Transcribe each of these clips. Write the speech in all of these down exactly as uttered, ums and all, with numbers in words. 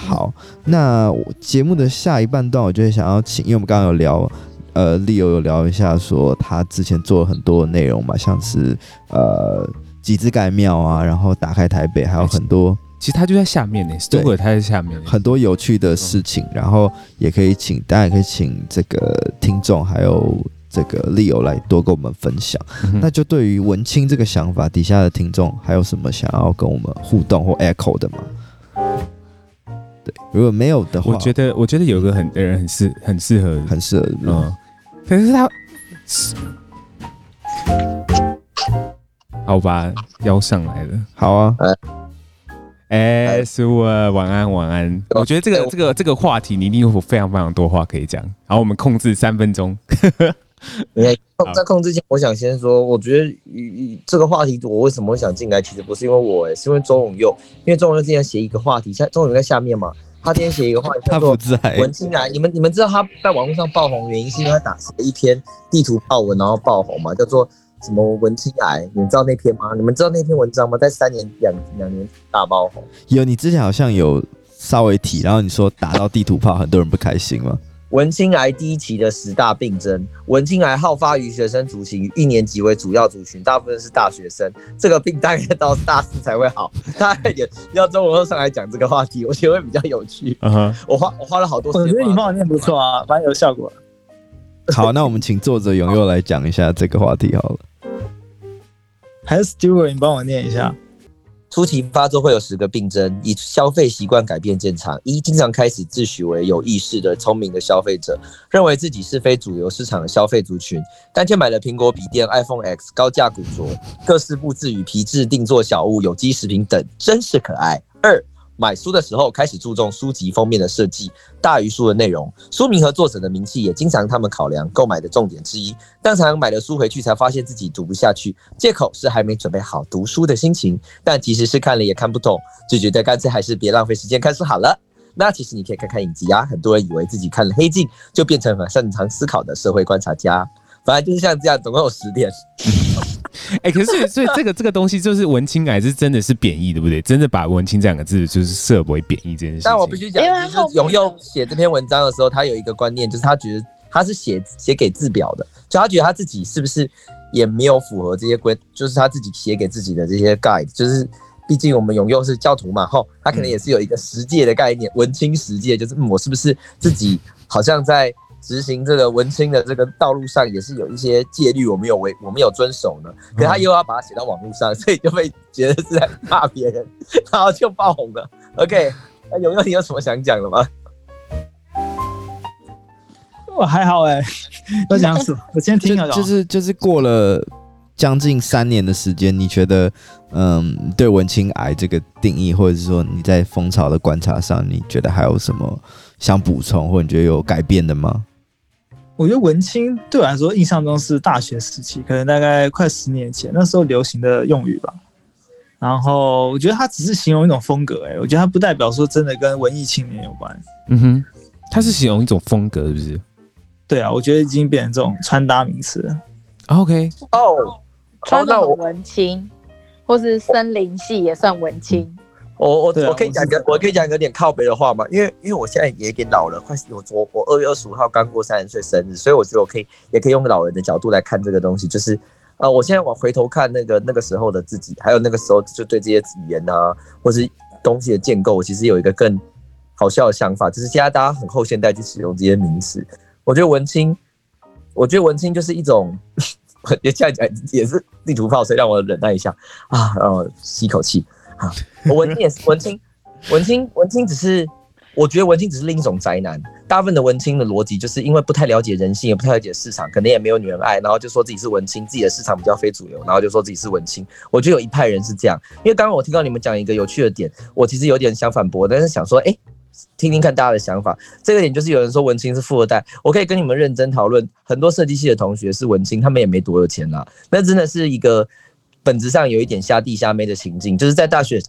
好，那节目的下一半段，我就会想要请，因为我们刚刚有聊，呃 ，Leo 有聊一下说他之前做了很多内容嘛，像是呃集资盖庙啊，然后打开台北，还有很多。 其实他就在下面呢 ，Stuart 他在下面， 很多有趣的事情，然后也可以请，当然也可以请这个听众还有这个 Leo 来多跟我们分享。嗯、那就对于文青这个想法，底下的听众还有什么想要跟我们互动或 echo 的吗？对，如果没有的话， 我觉得我觉得有个很人很适很适合很适合， 嗯，可是他好吧，邀上来了， 好啊。 哎、欸，苏儿，晚安，晚安。我觉得这个这个这个话题，你一定有非常非常多话可以讲。好，我们控制三分钟。 在控制之前，我想先说，我觉得这个话题我为什么会想进来，其实不是因为我、欸，是因为周永佑，因为周永佑之前写一个话题，现在周永佑在下面嘛，他今天写一个话题叫做“文青癌”。你们你们知道他在网络上爆红原因，是因为他打写了一篇地图炮文，然后爆红嘛，叫做。什么文青癌？你们知道那篇吗？你们知道那篇文章吗？在三年两两年大爆红。 有，你之前好像有稍微提，然后你说打到地图炮，很多人不开心吗？ 文青癌第一期的十大病症，文青癌好发于学生族群，一年级为主要族群，大部分是大学生。这个病大概到大四才会好。大概也要周文佑上来讲这个话题，我觉得会比较有趣。Uh-huh. 我花我花了好多时间。 我觉得你帮我念不错啊，反正有效果。 好，那我们请作者永佑来讲一下这个话题好了。 还是 Stuart， 你帮我念一下。 初期发作会有十个病症，以消费习惯改变见长。一、经常开始自诩为有意识的聪明的消费者，认为自己是非主流市场的消费族群，但却买了苹果笔电 iPhone X， 高价古着，各式布置与皮质定做小物、有机食品等，真是可爱。二、买书的时候开始注重书籍封面的设计，大于书的内容。书名和作者的名气也经常他们考量购买的重点之一。但常常买了书回去才发现自己读不下去，借口是还没准备好读书的心情，但其实是看了也看不懂，就觉得干脆还是别浪费时间看书好了。那其实你可以看看影集啊，很多人以为自己看了黑镜就变成很擅长思考的社会观察家。反正就是像这样，总共有十点。 哎、欸，可是所以这个这个东西就是文青癌是真的是贬义，对不对？真的把文青这两个字就是设为贬义这件事情。 但我必须讲，就是永佑写这篇文章的时候，他有一个观念，就是他觉得他是写写给字表的，就他觉得他自己是不是也没有符合这些规，就是他自己写给自己的这些 guide， 就是毕竟我们永佑是教徒嘛，吼，他可能也是有一个十戒的概念，文青十戒，就是、嗯、我是不是自己好像在。执行这个文青的这个道路上，也是有一些戒律我没有违，我没有遵守呢。可是他又要把它写到网络上，所以就被觉得是在骂别人，然后就爆红了。OK， 那永佑你有什么想讲的吗？ 我还好哎、欸，要讲什么？我先听了。 就是就是过了将近三年的时间，你觉得嗯，对文青癌这个定义，或者是说你在风潮的观察上，你觉得还有什么想补充，或者你觉得有改变的吗？ 我觉得文青对我来说印象中是大学时期，可能大概快十年前，那时候流行的用语吧。然后我觉得它只是形容一种风格、欸，哎，我觉得它不代表说真的跟文艺青年有关。 嗯哼，它是形容一种风格，是不是？ 对啊，我觉得已经变成这种穿搭名词了。 OK， 哦， 穿那种文青，或是森林系也算文青。 我我、 啊、 我可以讲个我可以讲个点靠北的话吗？因为因为我现在也有点老了，快我我我二月二十五号刚过三十岁生日，所以我觉得我可以也可以用老人的角度来看这个东西，就是呃，我现在往回头看那个那个时候的自己，还有那个时候就对这些语言啊，或是东西的建构，我其实有一个更好笑的想法，就是现在大家很后现代去使用这些名词，我觉得文青，我觉得文青就是一种。我觉得这样讲也是地图炮，所以让我忍耐一下啊，然后吸口气啊。我文青也是文青，文青文青只是，我觉得文青只是另一种宅男。大部分的文青的逻辑就是因为不太了解人性，也不太了解市场，可能也没有女人爱，然后就说自己是文青，自己的市场比较非主流，然后就说自己是文青。我觉得有一派人是这样，因为刚刚我听到你们讲一个有趣的点，我其实有点想反驳，但是想说，哎、欸。听听看大家的想法，这个点就是有人说文青是富二代，我可以跟你们认真讨论。很多设计系的同学是文青，他们也没多有钱啦，那真的是一个本质上有一点下地下妹的情境，就是在大学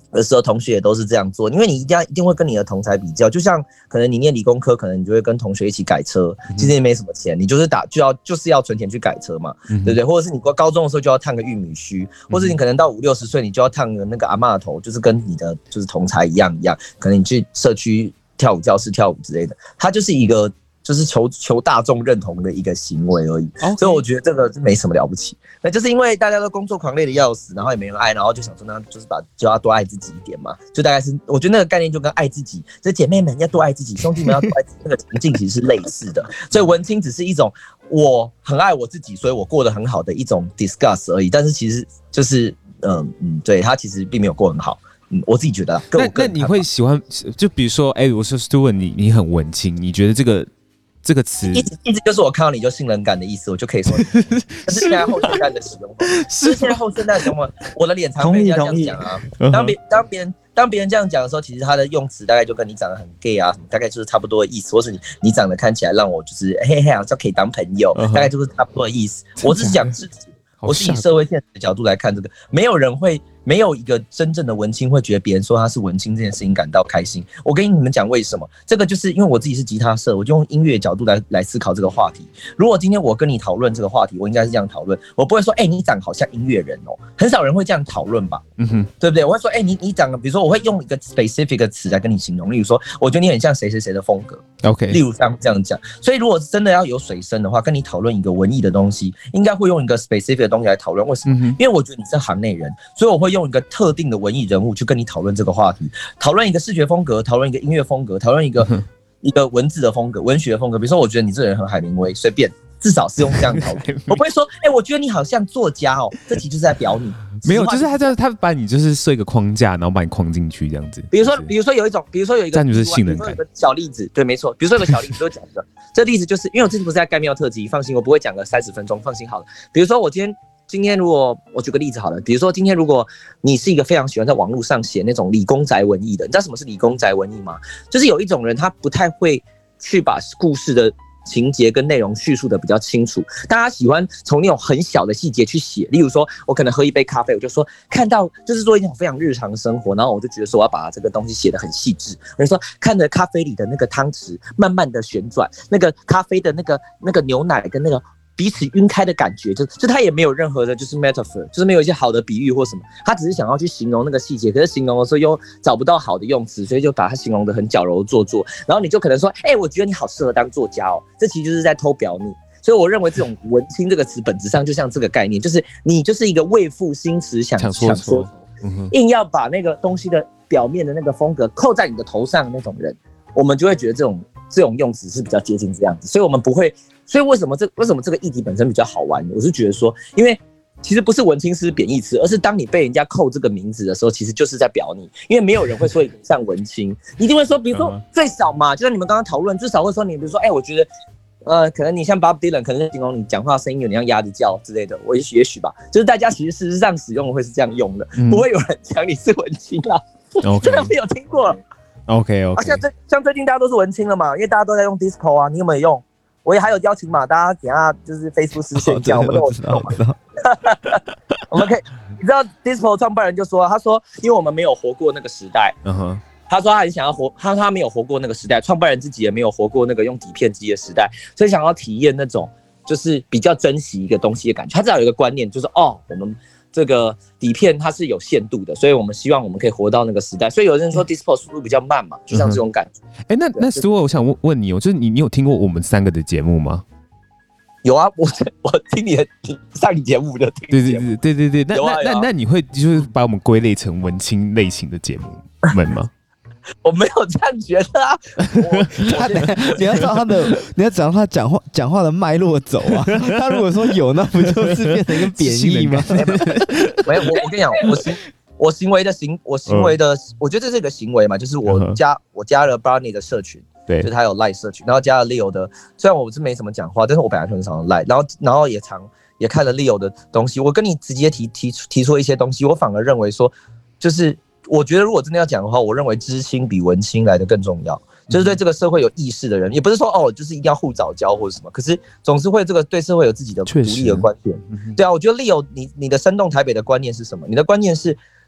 的时候，同学也都是这样做，因为你一定要一定会跟你的同才比较，就像可能你念理工科，可能你就会跟同学一起改车，其实也没什么钱，你就是打就要就是要存钱去改车嘛，嗯、对不对？或者是你高中的时候就要烫个玉米须，或者你可能到五六十岁，你就要烫个那个阿嬷头，就是跟你的就是同才一样一样，可能你去社区跳舞教室跳舞之类的，它就是一个。就是求求大众认同的一个行为而已， okay. 所以我觉得这个没什么了不起。那就是因为大家都工作狂累的要死，然后也没人爱，然后就想说，那就是把就要多爱自己一点嘛。就大概是，我觉得那个概念就跟爱自己，就是姐妹们要多爱自己，兄弟们要多爱自己，那个情境其实是类似的。所以文青只是一种我很爱我自己，所以我过得很好的一种 discuss 而已。但是其实就是，嗯嗯，对他其实并没有过很好。嗯，我自己觉得。 那那你会喜欢，就比如说，哎、欸，我说 Stuart， 你你很文青，你觉得这个？这个词一直一直就是我看到你就信任感的意思，我就可以说你，这是现在后现代的使用法，是现在后现代的使用法。我的脸常被人家这样讲啊，当别当别人当别人这样讲的时候，其实他的用词大概就跟你长得很 gay 啊，什么大概就是差不多的意思，或是你你长得看起来让我就是嘿嘿，好像可以当朋友，大概就是差不多的意思。我是讲自己，我是以社会现实的角度来看这个，没有人会。没有一个真正的文青会觉得别人说他是文青这件事情感到开心。我跟你们讲为什么？这个就是因为我自己是吉他社，我就用音乐角度来来思考这个话题。如果今天我跟你讨论这个话题，我应该是这样讨论，我不会说，哎、欸，你长得好像音乐人哦，很少人会这样讨论吧？嗯哼，对不对？我会说，哎、欸，你你长得，比如说我会用一个 specific 的词来跟你形容，例如说，我觉得你很像谁谁谁的风格。 OK， 例如像这样讲。所以如果真的要有水深的话，跟你讨论一个文艺的东西，应该会用一个 specific 的东西来讨论。为什么？嗯、因为我觉得你是行内人，所以我会用一个特定的文艺人物去跟你讨论这个话题，讨论一个视觉风格，讨论一个音乐风格，讨论一个、嗯、一个文字的风格、文学的风格。比如说，我觉得你这个人很海明威，随便，至少是用这样讨论。我不会说，哎、欸，我觉得你好像作家哦，这题就是在表你。 没有，就是他在他把你就是设一个框架，然后把你框进去这样子。 比如说，比如说有一种，比如说有一个， 这样就是信任感。 有一个小例子，对，没错。比如说有个小例子，我讲一个，这例子就是因为我之前不是在盖庙特辑，放心，我不会讲个三十分钟，放心好了。比如说我今天。今天如果我举个例子好了，比如说今天如果你是一个非常喜欢在网络上写那种理工宅文艺的，你知道什么是理工宅文艺吗？就是有一种人他不太会去把故事的情节跟内容叙述的比较清楚，大家喜欢从那种很小的细节去写，例如说我可能喝一杯咖啡，我就说看到就是做一种非常日常生活，然后我就觉得说我要把这个东西写得很细致，我就说看着咖啡里的那个汤匙慢慢的旋转，那个咖啡的那个那个牛奶跟那个彼此晕开的感觉，就就他也没有任何的就是 metaphor， 就是没有一些好的比喻或什么，他只是想要去形容那个细节，可是形容的时候又找不到好的用词，所以就把它形容得很矫揉做作，然后你就可能说，哎、欸，我觉得你好适合当作家哦，这其实就是在偷表你。所以我认为这种文青这个词本质上就像这个概念，就是你就是一个为赋新词想想说说、嗯，硬要把那个东西的表面的那个风格扣在你的头上的那种人，我们就会觉得这种这种用词是比较接近这样子，所以我们不会。所以为什么这为什么这个议题本身比较好玩？我是觉得说，因为其实不是文青是贬义词，而是当你被人家扣这个名字的时候，其实就是在表你。因为没有人会说你像文青，一定会说，比如说最少嘛，就像你们刚刚讨论，至少会说你，比如说，哎、欸，我觉得，呃，可能你像 Bob Dylan， 可能形容你讲话声音有点像鸭子叫之类的，我也许也许吧，就是大家其实事实上使用会是这样用的，嗯、不会有人讲你是文青啦。这样没有听过。 OK OK。 啊，像最像最近大家都是文青了嘛，因为大家都在用 Disco 啊，你有没有用？我也还有邀请码，大家等一下就是 Facebook 私讯一下，我们都有知道嘛。我们可以，你知道 Disco 创办人就说，他说，因为我们没有活过那个时代，嗯哼，他说他很想要活，他说他没有活过那个时代，创办人自己也没有活过那个用底片机的时代，所以想要体验那种就是比较珍惜一个东西的感觉。他至少有一个观念，就是哦，我们这个底片它是有限度的，所以我们希望我们可以活到那个时代。所以有人说 Disco 速度比较慢嘛，就像这种感觉。 哎、嗯欸，那那 Stuart， 我想问问你哦，就是你你有听过我们三个的节目吗？ 有啊，我我听你的上你节目的听对对对对对对，那、啊、那那那你会就是把我们归类成文青类型的节目们吗？ 我没有这样觉得啊， 他你要照他的，你要找他讲话讲话的脉络走啊。他如果说有，那不就是变成一个贬义吗？ 没有，我我跟你讲，我行我行为的行，我行为的，嗯、我觉得这是一个行为嘛，就是我加、嗯、我加了 Barney 的社群，对，就是他有 Line 社群，然后加了 Leo 的，虽然我是没什么讲话，但是我本来就很常 Line， 然后然后也常也看了 Leo 的东西，我跟你直接提提提出一些东西，我反而认为说，就是。我觉得如果真的要讲的话，我认为知青比文青来的更重要。就是对这个社会有意识的人，也不是说哦，就是一定要互早教或者什么，可是总是会这个对社会有自己的独立的观点。对啊，我觉得 Leo 你你的生动台北的观念是什么？你的观念是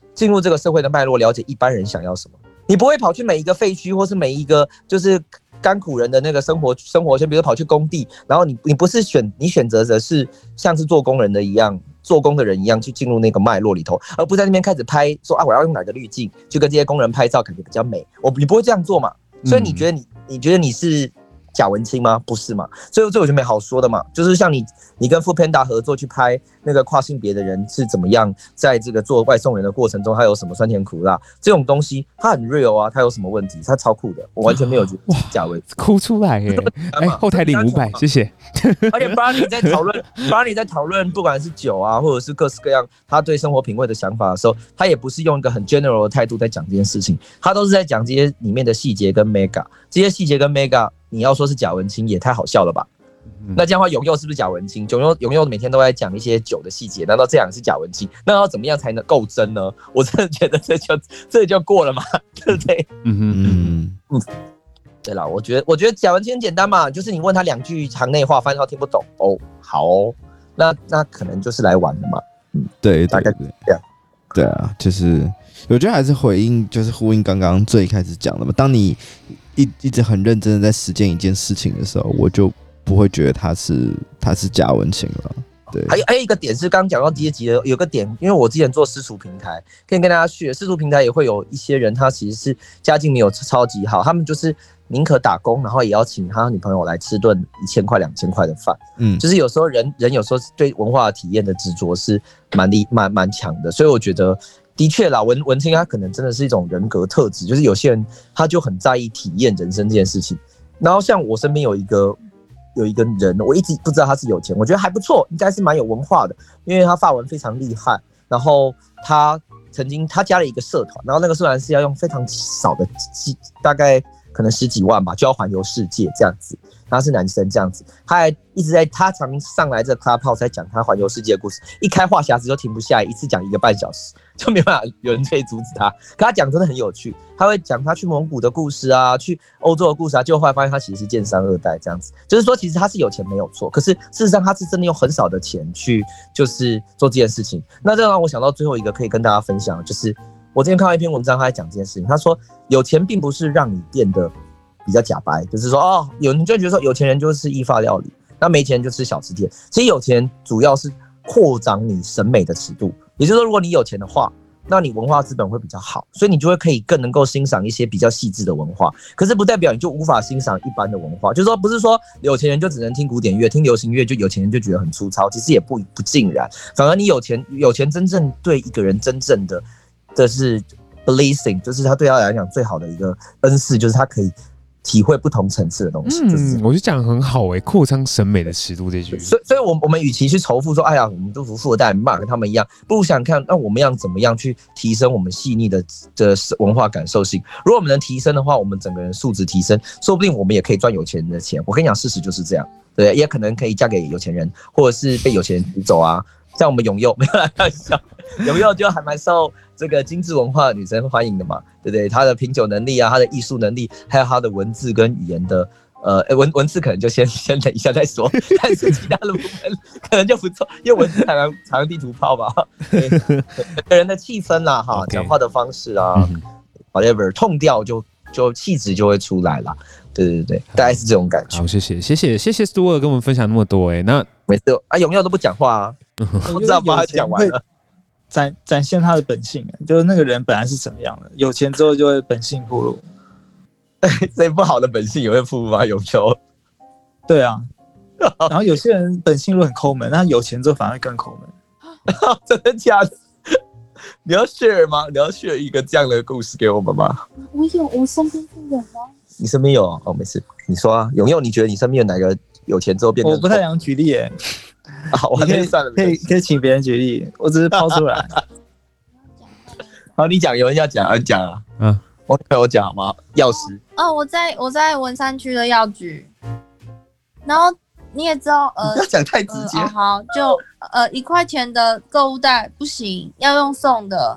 进入这个社会的脉络，了解一般人想要什么。你不会跑去每一个废墟，或是每一个就是甘苦人的那个生活生活圈，比如说跑去工地，然后你你不是选你选择的是像是做工人的一样，做工的人一样去进入那个脉络里头，而不在那边开始拍说啊我要用哪个滤镜去跟这些工人拍照，感觉比较美。我你不会这样做嘛？所以你觉得你、嗯、你觉得你是假文青吗？不是嘛？所以这我觉得没好说的嘛。就是像你，你跟 Foodpanda 合作去拍那个跨性别的人是怎么样，在这个做外送人的过程中，他有什么酸甜苦辣这种东西，他很 real 啊，他有什么问题？他超酷的，我完全没有觉得是假文青。 哭出来耶！哎、欸，后台领五百，谢谢。 而且 Barney 在讨论 ，Barney 在讨论，不管是酒啊，或者是各式各样他对生活品味的想法的时候，他也不是用一个很 general 的态度在讲这件事情，他都是在讲这些里面的细节跟 mega， 这些细节跟 mega。你要说是假文青也太好笑了吧？嗯、那这样的话，永佑是不是假文青？永佑永佑每天都在讲一些酒的细节，难道这样是假文青？那要怎么样才能够真呢？我真的觉得这就这就过了嘛，对不对？嗯嗯嗯，对啦，我觉得我觉得假文青很简单嘛，就是你问他两句行内话，翻他听不懂哦，好哦，那那可能就是来玩的嘛。嗯， 对， 大概这样。 对啊，就是我觉得还是回应，就是呼应刚刚最开始讲的嘛。当你一一直很认真的在实践一件事情的时候，我就不会觉得他是他是假文青了。对， 还有还有一个点是刚刚讲到第一集的有个点，因为我之前做私厨平台，可以跟大家去私厨平台也会有一些人，他其实是家境没有超级好，他们就是宁可打工，然后也要请他女朋友来吃顿一千块两千块的饭。嗯，就是有时候人人有时候对文化体验的执着是蛮厉蛮蛮强的，所以我觉得。的确啦，文文青他可能真的是一种人格特质，就是有些人他就很在意体验人生这件事情。然后像我身边有一个有一个人，我一直不知道他是有钱，我觉得还不错，应该是蛮有文化的，因为他法文非常厉害。然后他曾经他加了一个社团，然后那个社团是要用非常少的大概可能十几万吧，就要环游世界这样子。他是男生这样子，他还一直在他常上来这 Clubhouse 在讲他环游世界的故事，一开话匣子就停不下来，一次讲一个半小时，就没办法有人可以阻止他。可他讲真的很有趣，他会讲他去蒙古的故事啊，去欧洲的故事啊，结果后来发现他其实是建商二代这样子，就是说其实他是有钱没有错，可是事实上他是真的用很少的钱去就是做这件事情。那这让我想到最后一个可以跟大家分享，就是我之前看到一篇文章，他在讲这件事情，他说有钱并不是让你变得比较假白，就是说哦，有人就觉得说有钱人就是吃意法料理，那没钱人就吃小吃店。其实有钱主要是扩张你审美的尺度，也就是说，如果你有钱的话，那你文化资本会比较好，所以你就会可以更能够欣赏一些比较细致的文化。可是不代表你就无法欣赏一般的文化，就是说不是说有钱人就只能听古典乐、听流行乐，就有钱人就觉得很粗糙，其实也不不尽然。反而你有钱，有钱真正对一个人真正的的是 blessing， 就是他对他来讲最好的一个恩赐，就是他可以体会不同层次的东西。嗯，就是、 我觉得讲很好哎、欸，扩张审美的尺度这句。 所以，所以我我们与其去仇富说，哎呀，我们都不富二代，没办法跟他们一样，不如想看，那我们要怎么样去提升我们细腻的的文化感受性？如果我们能提升的话，我们整个人素质提升，说不定我们也可以赚有钱人的钱。我跟你讲，事实就是这样，对，也可能可以嫁给有钱人，或者是被有钱人娶走啊。像我们永佑，没有来开玩笑，永佑就还蛮受这个精致文化的女生欢迎的嘛，对不对？她的品酒能力啊，她的艺术能力，还有她的文字跟语言的，呃，文文字可能就先先等一下再说，但是其他的部分可能就不错，因为文字才能常地图炮吧，每个人的气氛啦，哈，讲话的方式啊 ，whatever， 痛调就就气质就会出来啦。对对对，大概是这种感觉。 好，谢谢谢谢谢谢苏尔跟我们分享那么多哎、欸，那每次啊永佑都不讲话啊，不知道把他讲完了。 展展现他的本性，就是那个人本来是怎么样的，有钱之后就会本性暴露。 所以不好的本性也会暴露吗？永佑？ 对啊。然后有些人本性都很抠门，那有钱之后反而更抠门。 真的假的？你要 share 吗？你要 share 一个这样的故事给我们吗？ 我有，我身边是有吗？ 你身边有哦，没事，你说啊。永佑，你觉得你身边有哪个有钱之后变得？ 我不太想举例耶。 啊，我还没算了， 可以可以请别人举例，我只是抛出来。 好，你讲，有人要讲，啊，你讲啊。嗯，我可以我讲吗？钥匙。 哦，我在我在文山区的药局，然后你也知道，呃， 不要讲太直接。 呃哦、好，就呃一块钱的购物袋不行，要用送的。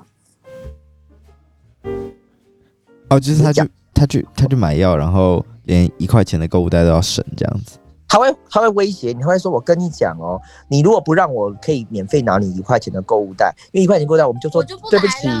哦，就是他去他去他去买药，然后连一块钱的购物袋都要省这样子。 他会他会威胁你，他会说：“我跟你讲哦，你如果不让我可以免费拿你一块钱的购物袋，因为一块钱购物袋我们就说就不对不起，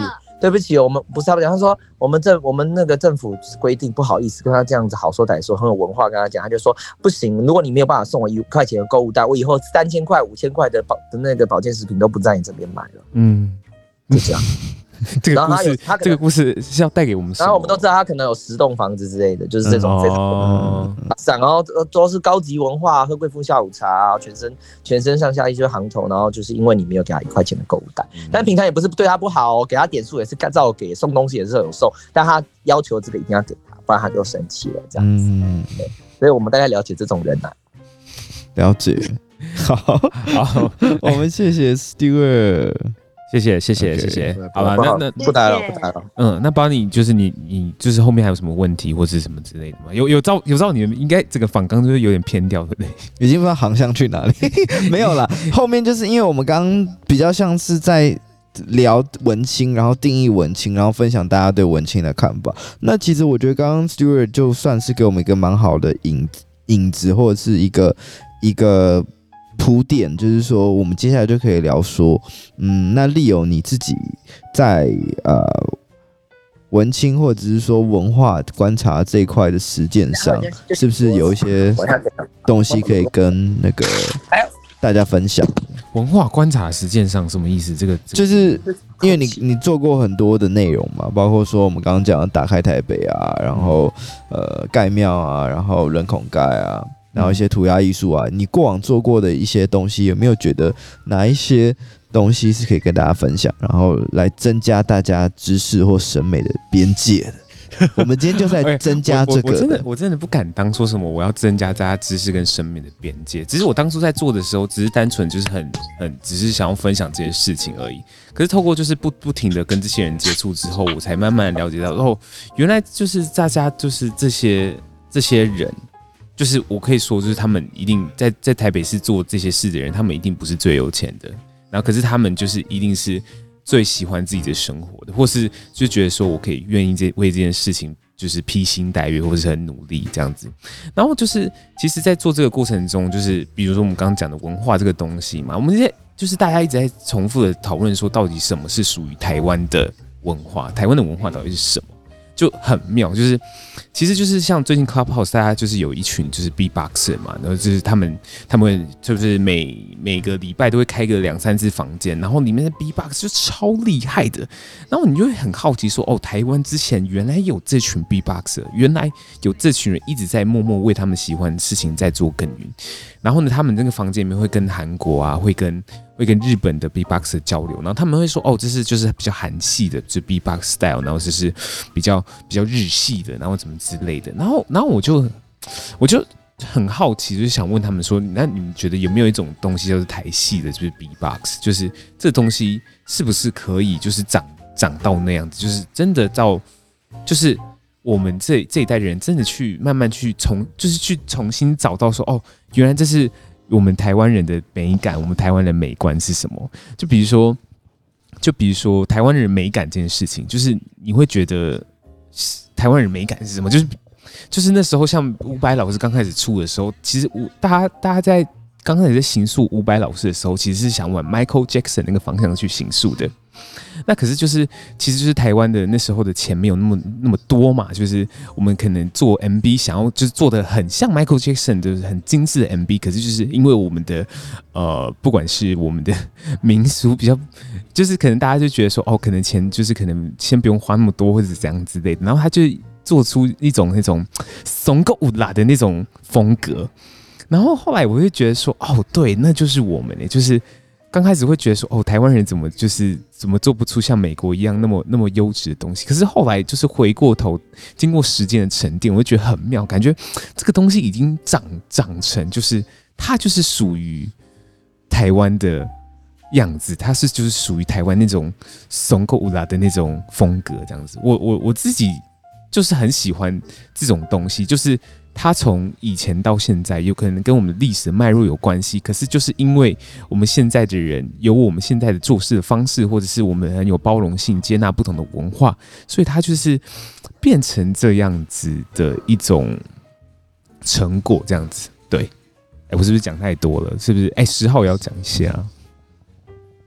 对不起，我们不是他们讲，他说我们政我们那个政府规定，不好意思跟他这样子好说歹说，很有文化跟他讲，他就说不行，如果你没有办法送我一块钱的购物袋，我以后三千块、五千块的保的那个保健食品都不在你这边买了。 嗯， 就这样。 这个故事， 他这个故事是要带给我们什么？ 然后我们都知道他可能有十栋房子之类的，就是这种非常哦， 然后都是高级文化，喝贵妇下午茶，全身全身上下一堆行头，然后就是因为你没有给他一块钱的购物袋，嗯、但平常也不是对他不好、哦，给他点数也是照给，送东西也是有送，但他要求这个一定要给他，不然他就生气了这样子。嗯，对，所以我们大概了解这种人啊。 了解，好，好，我们谢谢 Stewart。 谢谢谢谢 okay, 谢谢，好了，那那不打扰不打扰。 嗯，那帮你就是你你就是后面还有什么问题或是什么之类的吗？有有照有照你们应该这个访纲就是有点偏掉，对不对？ 已经不知道航向去哪里，没有啦。后面就是因为我们刚刚比较像是在聊文青，然后定义文青，然后分享大家对文青的看法。那其实我觉得刚刚 Stewart 就算是给我们一个蛮好的影影子，或者是一个一个。铺垫就是说，我们接下来就可以聊说，嗯，那Leo你自己在呃文青或者是说文化观察这一块的实践上，是不是有一些东西可以跟那个大家分享？ 文化观察实践上什么意思？这个就是因为你你做过很多的内容嘛，包括说我们刚刚讲的打开台北啊，然后呃盖庙啊，然后人孔盖啊。然后一些涂鸦艺术啊，你过往做过的一些东西，有没有觉得哪一些东西是可以跟大家分享，然后来增加大家知识或审美的边界的？我们今天就在增加这个、 欸我我。我真的我真的不敢当说什么我要增加大家知识跟审美的边界，只是我当初在做的时候，只是单纯就是很很只是想要分享这些事情而已。可是透过就是不不停的跟这些人接触之后，我才慢慢了解到，哦，原来就是大家就是这些这些人。就是我可以说，就是他们一定在在台北市做这些事的人，他们一定不是最有钱的，然后可是他们就是一定是最喜欢自己的生活的，或是就觉得说我可以愿意这为这件事情就是披星戴月，或是很努力这样子。然后就是其实，在做这个过程中，就是比如说我们刚刚讲的文化这个东西嘛，我们现在就是大家一直在重复的讨论说，到底什么是属于台湾的文化？台湾的文化到底是什么？就很妙，就是其实就是像最近 Clubhouse 大家就是有一群就是 B-boxer 嘛，然后就是他们他们就是每每个礼拜都会开个两三次房间，然后里面的 B-box 就超厉害的，然后你就会很好奇说，哦，台湾之前原来有这群 B-boxer， 原来有这群人一直在默默为他们喜欢的事情在做耕耘，然后呢，他们那个房间里面会跟韩国啊，会跟会跟日本的 B-boxer 交流，然后他们会说，哦，这是就是比较韩系的，就是 B-box style， 然后这是比较比较日系的，然后怎么之类的，然后然后我就我就很好奇，就是想问他们说，那你们觉得有没有一种东西叫做台系的，就是 B-box， 就是这东西是不是可以就是长长到那样子，就是真的到就是我们这这一代人真的去慢慢去重就是去重新找到说，哦，原来这是。我们台湾人的美感，我们台湾人美观是什么？就比如说，就比如说台湾人美感这件事情，就是你会觉得台湾人美感是什么？就是就是那时候像伍佰老师刚开始出的时候，其实大家大家在刚开始在形塑伍佰老师的时候，其实是想往 Michael Jackson 那个方向去形塑的。那可是就是，其实就是台湾的那时候的钱没有那么那么多嘛，就是我们可能做 M V 想要就是做的很像 Michael Jackson 的很精致的 M V， 可是就是因为我们的呃，不管是我们的民俗比较，就是可能大家就觉得说，哦，可能钱就是可能先不用花那么多或者怎样之类的，然后他就做出一种那种怂够啦的那种风格，然后后来我会觉得说，哦，对，那就是我们欸，就是。刚开始会觉得说，哦，台湾人怎么就是怎么做不出像美国一样那么那么优质的东西？可是后来就是回过头，经过时间的沉淀，我就觉得很妙，感觉这个东西已经长长成，就是它就是属于台湾的样子，它是就是属于台湾那种怂够啦的那种风格，这样子。我我我自己就是很喜欢这种东西，就是。它从以前到现在，有可能跟我们的历史脉络有关系，可是就是因为我们现在的人有我们现在的做事的方式，或者是我们很有包容性，接纳不同的文化，所以它就是变成这样子的一种成果，这样子。对，哎，我是不是讲太多了？是不是？哎，十号也要讲一下。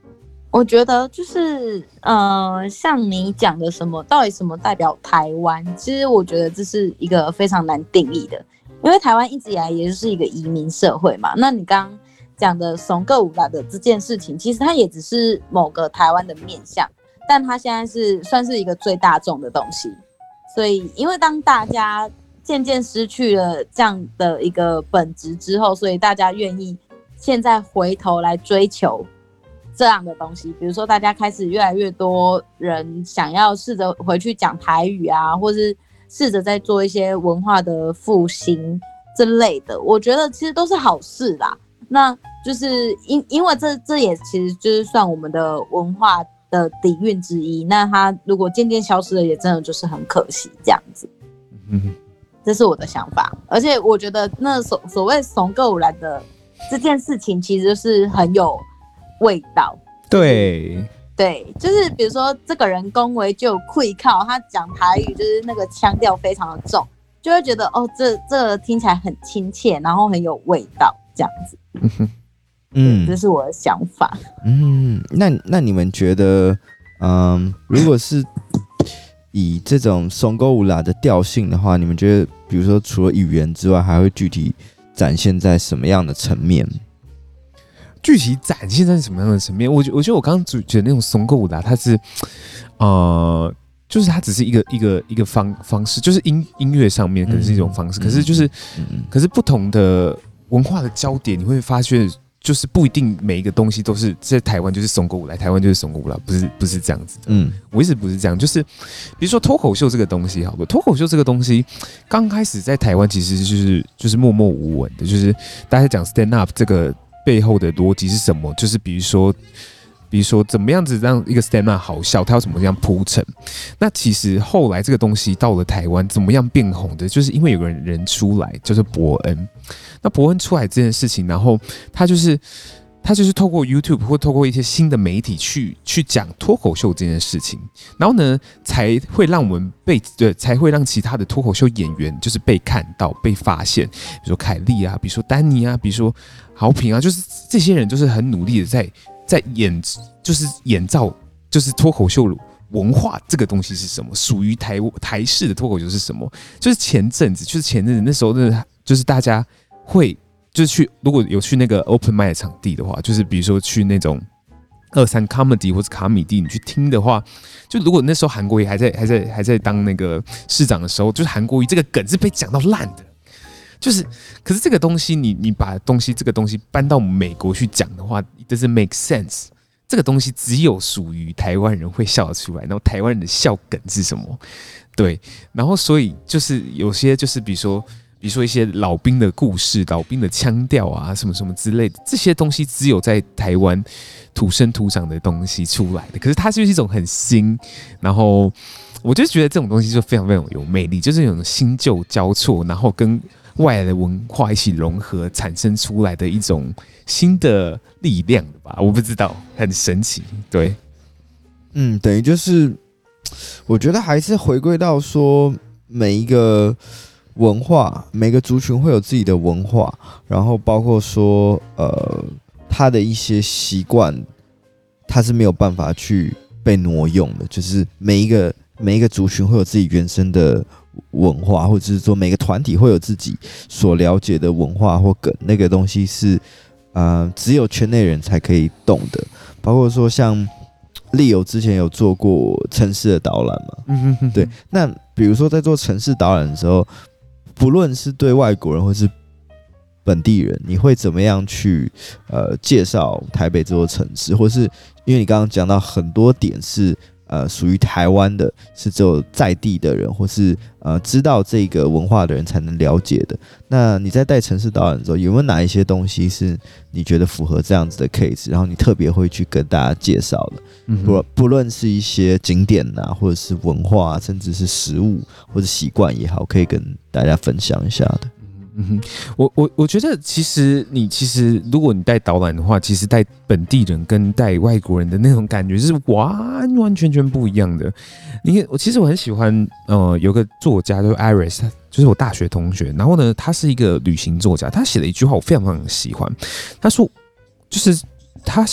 我觉得就是呃，像你讲的什么，到底什么代表台湾？其实我觉得这是一个非常难定义的，因为台湾一直以来也就是一个移民社会嘛。那你刚刚讲的怂个舞啦的这件事情，其实它也只是某个台湾的面向，但它现在是算是一个最大众的东西。所以，因为当大家渐渐失去了这样的一个本质之后，所以大家愿意现在回头来追求这样的东西，比如说大家开始越来越多人想要试着回去讲台语啊，或是试着在做一些文化的复兴之类的，我觉得其实都是好事啦。那就是因因为这这也其实就是算我们的文化的底蕴之一，那它如果渐渐消失了，也真的就是很可惜这样子。 嗯， 这是我的想法，而且我觉得那所所谓怂个舞来的这件事情，其实就是很有味道。 对对，就是比如说这个人恭维就有愧靠，他讲台语就是那个腔调非常的重，就会觉得哦，这这听起来很亲切，然后很有味道这样子。嗯，这是我的想法。 嗯，那那你们觉得，嗯，如果是以这种松歌舞啦的调性的话，你们觉得，比如说除了语言之外，还会具体展现在什么样的层面？ 具体展现在什么样的层面？我觉我觉得我刚刚觉得那种松歌舞啦，它是，呃，就是它只是一个一个一个方方式，就是音音乐上面可能是一种方式，嗯、可是就是、嗯，可是不同的文化的焦点，你会发现。就是不一定每一个东西都是在台湾就是松歌舞来，台湾就是松歌舞啦，不是不是这样子的。嗯，我一直不是这样，就是比如说脱口秀这个东西，好了，脱口秀这个东西刚开始在台湾其实就是就是默默无闻的，就是大家讲 stand up 这个背后的逻辑是什么，就是比如说。比如说，怎么样子让一个 stand up 好笑，它要怎么样铺陈？那其实后来这个东西到了台湾，怎么样变红的？就是因为有个人出来，就是伯恩。那伯恩出来这件事情，然后他就是他就是透过 YouTube 或透过一些新的媒体去去讲脱口秀这件事情，然后呢，才会让我们被对，才会让其他的脱口秀演员就是被看到、被发现。比如说凯莉啊，比如说丹尼啊，比如说豪平啊，就是这些人就是很努力的在。在演就是演造，就是脱口秀文化这个东西是什么？属于台台式的脱口秀是什么？就是前阵子，就是前阵子那时候的，就是大家会就是去，如果有去那个 open mic 的场地的话，就是比如说去那种二三 comedy 或者卡米蒂，你去听的话，就如果那时候韩国瑜还在还在还在当那个市长的时候，就是韩国瑜这个梗是被讲到烂的。就是，可是这个东西你，你你把东西这个东西搬到美国去讲的话 ，it doesn't make sense。这个东西只有属于台湾人会笑得出来，然后台湾人的笑梗是什么？对，然后所以就是有些就是比如说，比如说一些老兵的故事、老兵的腔调啊，什么什么之类的，这些东西只有在台湾土生土长的东西出来的。可是它就是一种很新，然后我就觉得这种东西就非常非常有魅力，就是有种新旧交错，然后跟外来的文化一起融合，产生出来的一种新的力量吧，我不知道，很神奇。对， 嗯，等于就是，我觉得还是回归到说，每一个文化，每个族群会有自己的文化，然后包括说，呃，他的一些习惯，他是没有办法去被挪用的，就是每一个每一个族群会有自己原生的。文化，或者是说每个团体会有自己所了解的文化或梗，那个东西是呃只有圈内人才可以懂的。包括说像立友之前有做过城市的导览嘛，嗯哼哼对。那比如说在做城市导览的时候，不论是对外国人或是本地人，你会怎么样去呃介绍台北这座城市，或是因为你刚刚讲到很多点是。呃，属于台湾的，是只有在地的人，或是呃知道这个文化的人才能了解的。那你在带城市导览的时候，有没有哪一些东西是你觉得符合这样子的 case， 然后你特别会去跟大家介绍的？嗯、不不论是一些景点啊，或者是文化、啊，甚至是食物或者习惯也好，可以跟大家分享一下的。 嗯哼，我我我觉得其实你其实如果你带导览的话，其实带本地人跟带外国人的那种感觉是完完全全不一样的。你我其实我很喜欢，呃，有个作家就是 Iris， 就是我大学同学，然后呢，他是一个旅行作家，他写了一句话我非常非常喜欢，他说就是他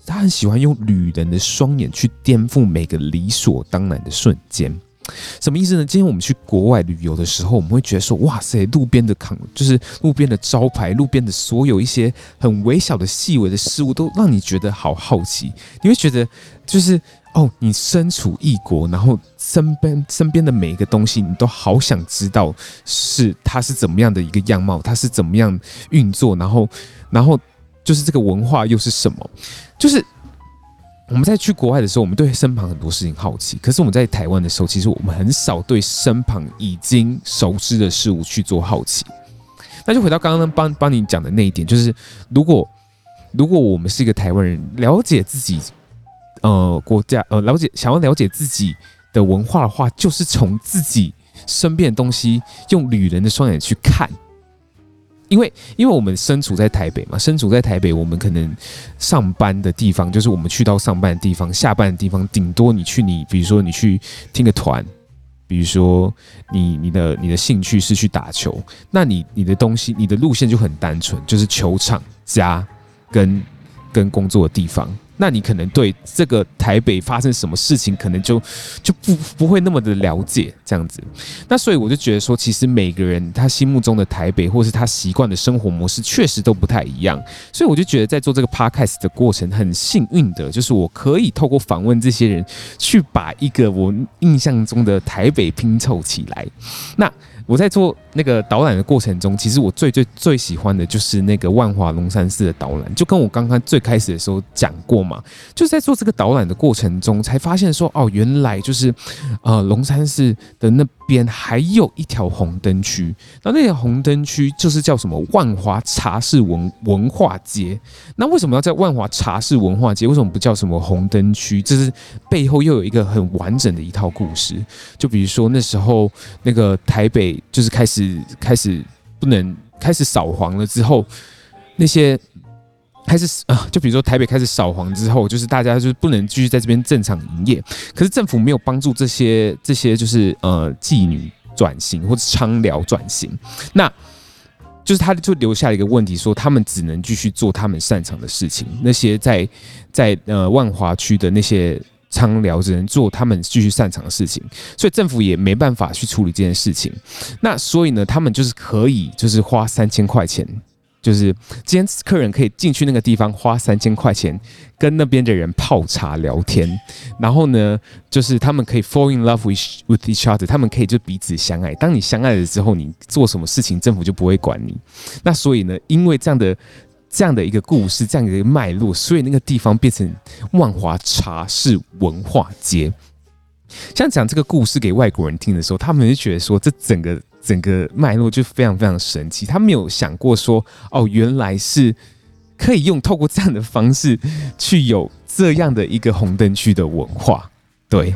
他很喜欢用旅人的双眼去颠覆每个理所当然的瞬间。什么意思呢？今天我们去国外旅游的时候，我们会觉得说，哇塞，路边的扛就是路边的招牌，路边的所有一些很微小的细微的事物，都让你觉得好好奇。你会觉得就是哦，你身处异国，然后身边身边的每一个东西，你都好想知道是它是怎么样的一个样貌，它是怎么样运作，然后然后就是这个文化又是什么，就是。我们在去国外的时候，我们对身旁很多事情好奇，可是我们在台湾的时候，其实我们很少对身旁已经熟知的事物去做好奇。那就回到刚刚帮帮你讲的那一点，就是如果如果我们是一个台湾人，了解自己呃国家呃了解想要了解自己的文化的话，就是从自己身边的东西用旅人的双眼去看。因为，因为我们身处在台北嘛，身处在台北，我们可能上班的地方就是我们去到上班的地方，下班的地方，顶多你去你，比如说你去听个团，比如说你你的你的兴趣是去打球，那你你的东西，你的路线就很单纯，就是球场、家跟跟工作的地方。那你可能对这个台北发生什么事情，可能就就不不会那么的了解这样子。那所以我就觉得说，其实每个人他心目中的台北，或是他习惯的生活模式，确实都不太一样。所以我就觉得在做这个 podcast 的过程，很幸运的，就是我可以透过访问这些人，去把一个我印象中的台北拼凑起来。那我在做那个导览的过程中，其实我最最最喜欢的就是那个万华龙山寺的导览，就跟我刚刚最开始的时候讲过嘛，就是在做这个导览的过程中，才发现说，哦，原来就是呃龙山寺的那边还有一条红灯区，然后那条红灯区就是叫什么万华茶室文文化街。那为什么要叫万华茶室文化街？为什么不叫什么红灯区？这是背后又有一个很完整的一套故事。就比如说那时候那个台北。就是开始开始不能开始扫黄了之后，那些开始啊，就比如说台北开始扫黄之后，就是大家就是不能继续在这边正常营业。可是政府没有帮助这些这些就是呃妓女转型或者娼寮转型，那就是他就留下了一个问题，说他们只能继续做他们擅长的事情。那些在在呃万华区的那些。娼寮只能做他们继续擅长的事情，所以政府也没办法去处理这件事情。那所以呢，他们就是可以，就是花三千块钱，就是今天客人可以进去那个地方花三千块钱，跟那边的人泡茶聊天，然后呢，就是他们可以 fall in love with with each other， 他们可以就彼此相爱。当你相爱了之后，你做什么事情，政府就不会管你。那所以呢，因为这样的。这样的一个故事，这样的一个脉络，所以那个地方变成万华茶室文化街。像讲这个故事给外国人听的时候，他们就觉得说，这整个整个脉络就非常非常神奇。他没有想过说，哦，原来是可以用透过这样的方式去有这样的一个红灯区的文化。对。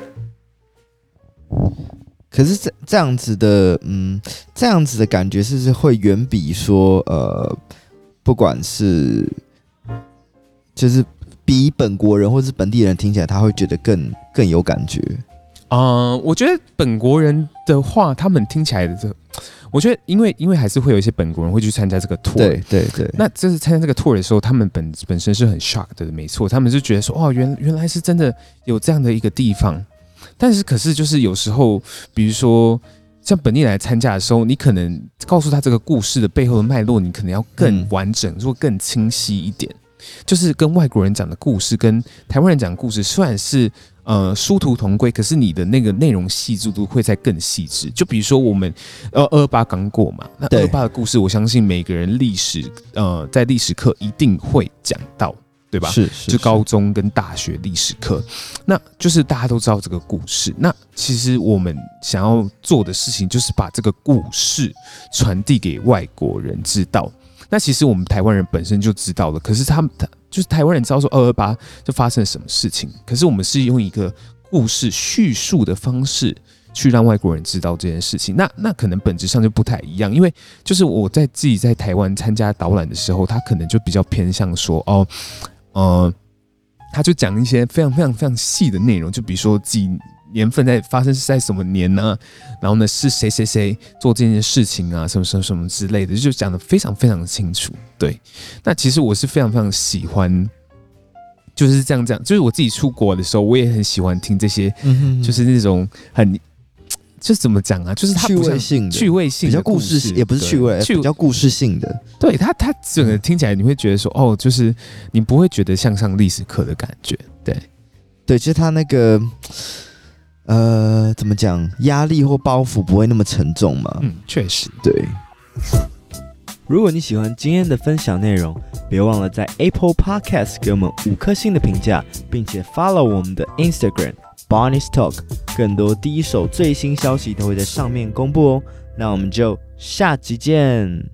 可是这这样子的，嗯，这样子的感觉，是不是会远比说，呃？不管是就是比本国人或是本地人听起来，他会觉得更更有感觉。 呃，我觉得本国人的话，他们听起来的这，我觉得因为因为还是会有一些本国人会去参加这个 tour， 对对对。 那这是参加这个 tour 的时候，他们本本身是很 shock 的，没错，他们是觉得说，哦，原原来是真的有这样的一个地方。但是可是就是有时候，比如说。像本地人来参加的时候，你可能告诉他这个故事的背后的脉络，你可能要更完整，或更清晰一点。就是跟外国人讲的故事，跟台湾人讲的故事，虽然是呃殊途同归，可是你的那个内容细致度会再更细致。就比如说我们呃二二八刚过嘛，那二二八的故事，我相信每个人历史呃在历史课一定会讲到。对吧？ 是是， 就高中跟大学历史课，那就是大家都知道这个故事。那其实我们想要做的事情，就是把这个故事传递给外国人知道。那其实我们台湾人本身就知道了，可是他们就是台湾人知道说二二八就发生了什么事情，可是我们是用一个故事叙述的方式去让外国人知道这件事情。那那可能本质上就不太一样，因为就是我在自己在台湾参加导览的时候，他可能就比较偏向说哦。呃，他就讲一些非常非常非常细的内容，就比如说几年份在发生是在什么年呢、啊？然后呢是谁谁谁做这件事情啊，什么什么什么之类的，就讲得非常非常的清楚。对，那其实我是非常非常喜欢就是这样这样，就是我自己出国的时候，我也很喜欢听这些，嗯、就是那种很。就是怎么讲啊？就是它趣味性的， 趣味性比较故事，也不是趣味，比较故事性的。 对它，它整个听起来你会觉得说，哦，就是你不会觉得像上历史课的感觉。对， 对，其实它那个，呃，怎么讲，压力或包袱不会那么沉重嘛。 嗯，确实， 对。如果你喜欢今天的分享内容，别忘了在 Apple Podcast 给我们五颗星的评价，并且 follow 我们的 Instagram。Bonnie's Talk， 更多第一手最新消息都会在上面公布哦。那我们就下集见。